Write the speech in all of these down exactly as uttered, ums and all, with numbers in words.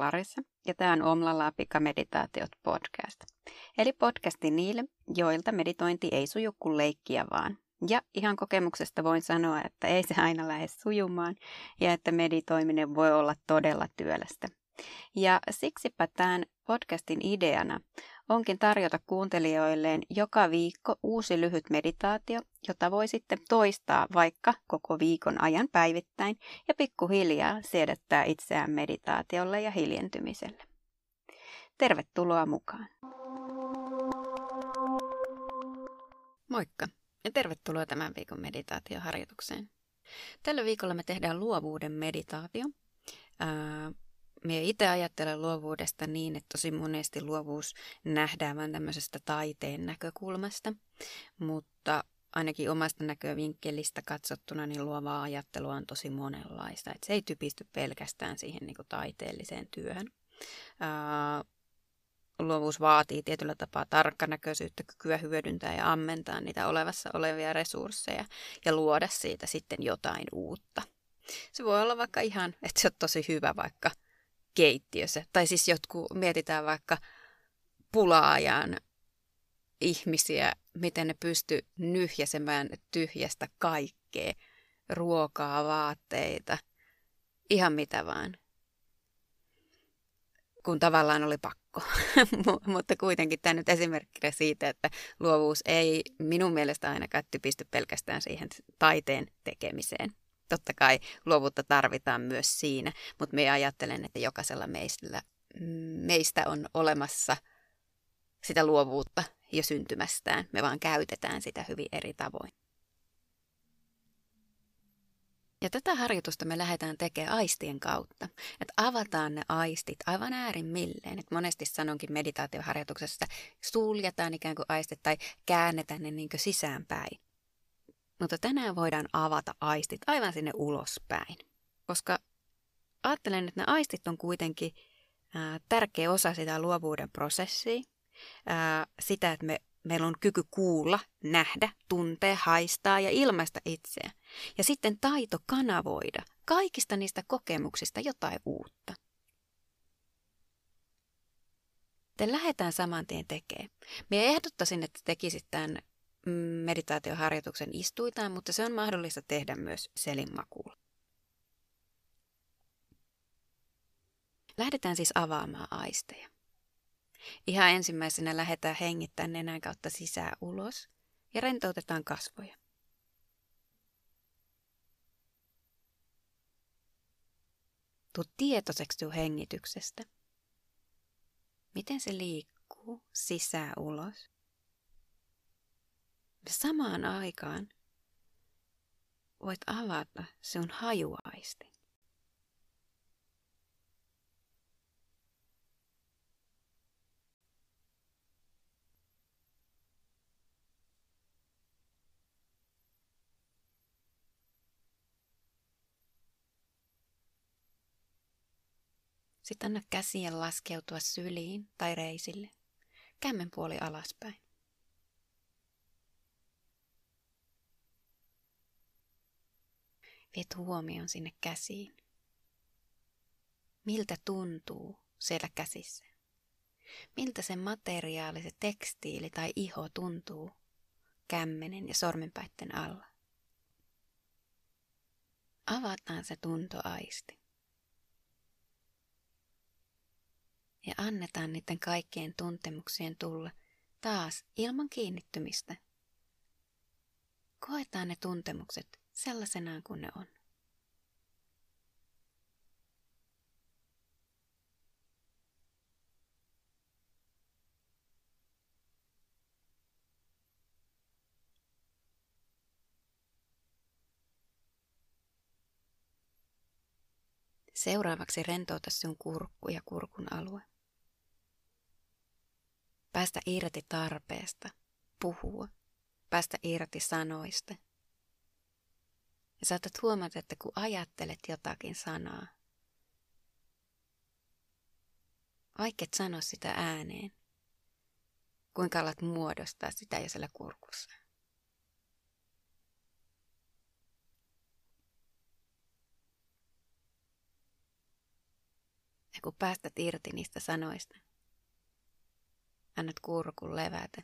Larissa ja tämä on Omlala Pika-meditaatiot podcast. Eli podcasti niille, joilta meditointi ei suju kuin leikkiä vaan. Ja ihan kokemuksesta voin sanoa, että ei se aina lähde sujumaan ja että meditoiminen voi olla todella työlästä. Ja siksipä tämän podcastin ideana onkin tarjota kuuntelijoilleen joka viikko uusi lyhyt meditaatio, jota voi sitten toistaa vaikka koko viikon ajan päivittäin ja pikkuhiljaa siedättää itseään meditaatiolle ja hiljentymiselle. Tervetuloa mukaan! Moikka ja tervetuloa tämän viikon meditaatioharjoitukseen. Tällä viikolla me tehdään luovuuden meditaatio. Ää, Me itse ajattelen luovuudesta niin, että tosi monesti luovuus nähdään vain tämmöisestä taiteen näkökulmasta, mutta ainakin omasta näkövinkkelistä katsottuna niin luovaa ajattelua on tosi monenlaista. Että se ei typisty pelkästään siihen niin kuin taiteelliseen työhön. Ää, luovuus vaatii tietyllä tapaa tarkkanäköisyyttä, kykyä hyödyntää ja ammentaa niitä olevassa olevia resursseja ja luoda siitä sitten jotain uutta. Se voi olla vaikka ihan, että se on tosi hyvä vaikka keittiössä. Tai siis jotkut, mietitään vaikka pula-ajan ihmisiä, miten ne pysty nyhjäsemään tyhjästä kaikkea, ruokaa, vaatteita, ihan mitä vaan. Kun tavallaan oli pakko. Mutta kuitenkin tämä nyt esimerkkinä siitä, että luovuus ei minun mielestä ainakaan typisty pelkästään siihen taiteen tekemiseen. Totta kai luovuutta tarvitaan myös siinä, mutta me ajattelen, että jokaisella meistä, meistä on olemassa sitä luovuutta jo syntymästään. Me vaan käytetään sitä hyvin eri tavoin. Ja tätä harjoitusta me lähdetään tekemään aistien kautta. Että avataan ne aistit aivan äärimmilleen. Että monesti sanonkin meditaatioharjoituksessa, että suljetaan ikään kuin aistit tai käännetään ne niin kuin sisäänpäin. Mutta tänään voidaan avata aistit aivan sinne ulospäin, koska ajattelen, että ne aistit on kuitenkin ää, tärkeä osa sitä luovuuden prosessia, ää, sitä, että me, meillä on kyky kuulla, nähdä, tuntea, haistaa ja ilmaista itseä. Ja sitten taito kanavoida kaikista niistä kokemuksista jotain uutta. Te lähdetään saman tien tekemään. Minä ehdottaisin, että tekisit tämän meditaatioharjoituksen istuitaan, mutta se on mahdollista tehdä myös selinmakuulla. Lähdetään siis avaamaan aisteja. Ihan ensimmäisenä lähdetään hengittämään nenän kautta sisään ulos ja rentoutetaan kasvoja. Tuu tietoiseksi tuu hengityksestä. Miten se liikkuu sisään ulos. Ja samaan aikaan voit avata sun hajuaisti. Sitten anna käsien laskeutua syliin tai reisille, kämmenpuoli alaspäin. Viet huomion sinne käsiin. Miltä tuntuu siellä käsissä? Miltä se materiaali, se tekstiili tai iho tuntuu kämmenen ja sormenpäitten alla? Avataan se tuntoaisti. Ja annetaan niiden kaikkien tuntemuksien tulla taas ilman kiinnittymistä. Koetaan ne tuntemukset sellaisenaan kuin ne on. Seuraavaksi rentouta sun kurkku ja kurkun alue. Päästä irti tarpeesta, puhua, päästä irti sanoista. Ja saatat huomata, että kun ajattelet jotakin sanaa, vaikka et sano sitä ääneen, kuinka alat muodostaa sitä jo siellä kurkussa. Ja kun päästät irti niistä sanoista, annat kurkun levätä.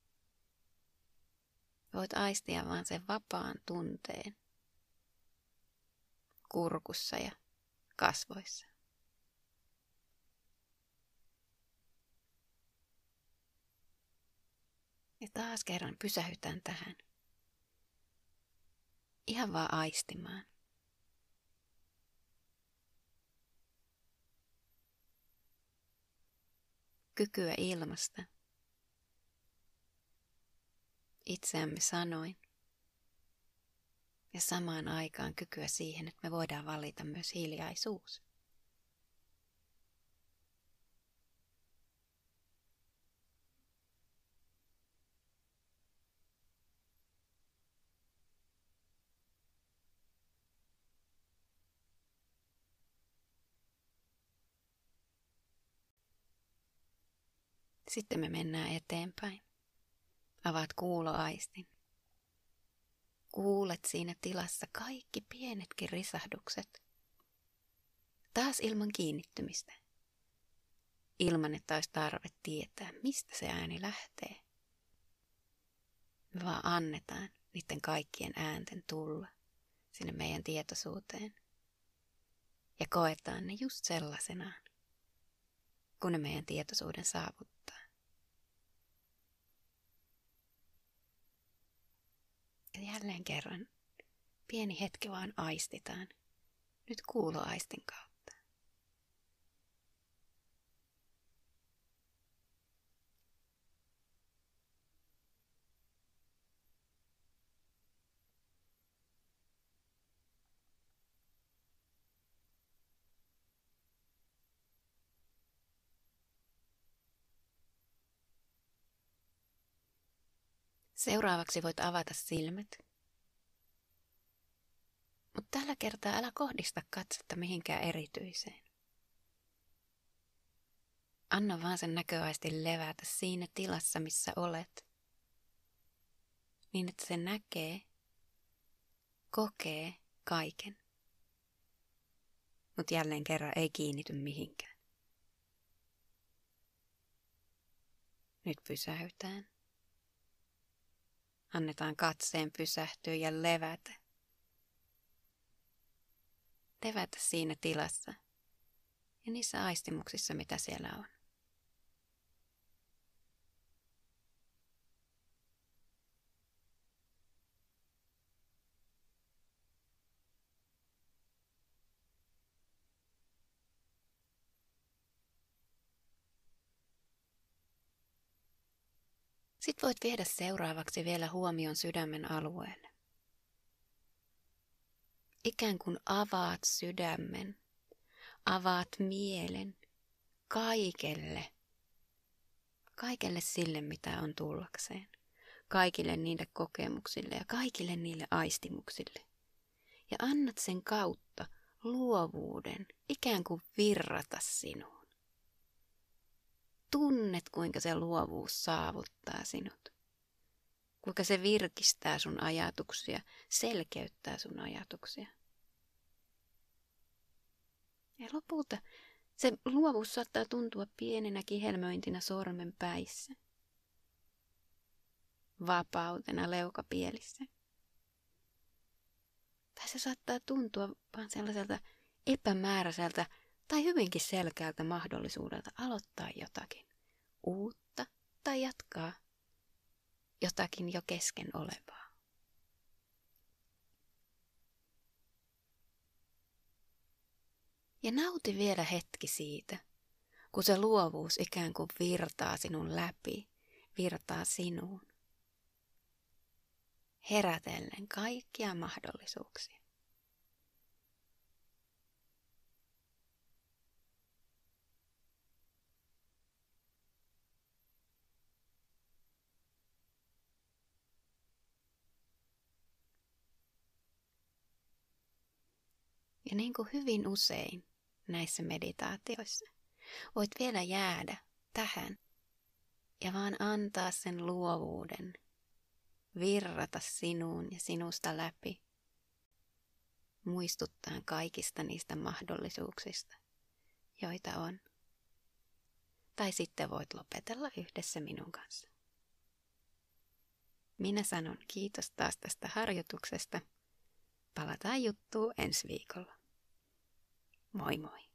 Voit aistia vaan sen vapaan tunteen kurkussa ja kasvoissa. Ja taas kerran pysähytään tähän. Ihan vaan aistimaan. Kykyä ilmasta itseämme sanoin. Ja samaan aikaan kykyä siihen, että me voidaan valita myös hiljaisuus. Sitten me mennään eteenpäin. Avaat kuuloaistin. Kuulet siinä tilassa kaikki pienetkin risahdukset. Taas ilman kiinnittymistä. Ilman, että olisi tarve tietää, mistä se ääni lähtee. Me vaan annetaan niiden kaikkien äänten tulla sinne meidän tietoisuuteen. Ja koetaan ne just sellaisenaan, kun ne meidän tietoisuuden saavuttaa. Ja jälleen kerran pieni hetki vaan aistitaan, nyt kuuloaistin kautta. Seuraavaksi voit avata silmät. Mutta tällä kertaa älä kohdista katsetta mihinkään erityiseen. Anna vaan sen näköaistin levätä siinä tilassa, missä olet. Niin, että se näkee, kokee kaiken. Mutta jälleen kerran ei kiinnity mihinkään. Nyt pysähytään. Annetaan katseen pysähtyä ja levätä. Levätä siinä tilassa ja niissä aistimuksissa, mitä siellä on. Sitten voit viedä seuraavaksi vielä huomion sydämen alueelle. Ikään kuin avaat sydämen, avaat mielen kaikelle, kaikelle sille, mitä on tullakseen, kaikille niille kokemuksille ja kaikille niille aistimuksille. Ja annat sen kautta luovuuden ikään kuin virrata sinuun. Tunnet, kuinka se luovuus saavuttaa sinut. Kuinka se virkistää sun ajatuksia, selkeyttää sun ajatuksia. Ja lopulta se luovuus saattaa tuntua pienenä kihelmöintinä sormen päissä. Vapautena leukapielissä. Tai se saattaa tuntua vaan sellaiselta epämääräiseltä tai hyvinkin selkeältä mahdollisuudelta aloittaa jotakin uutta tai jatkaa jotakin jo kesken olevaa. Ja nauti vielä hetki siitä, kun se luovuus ikään kuin virtaa sinun läpi, virtaa sinuun, herätellen kaikkia mahdollisuuksia. Ja niin kuin hyvin usein näissä meditaatioissa, voit vielä jäädä tähän ja vaan antaa sen luovuuden virrata sinuun ja sinusta läpi, muistuttaen kaikista niistä mahdollisuuksista, joita on. Tai sitten voit lopetella yhdessä minun kanssa. Minä sanon kiitos taas tästä harjoituksesta. Palataan juttuun ensi viikolla. Moi moi!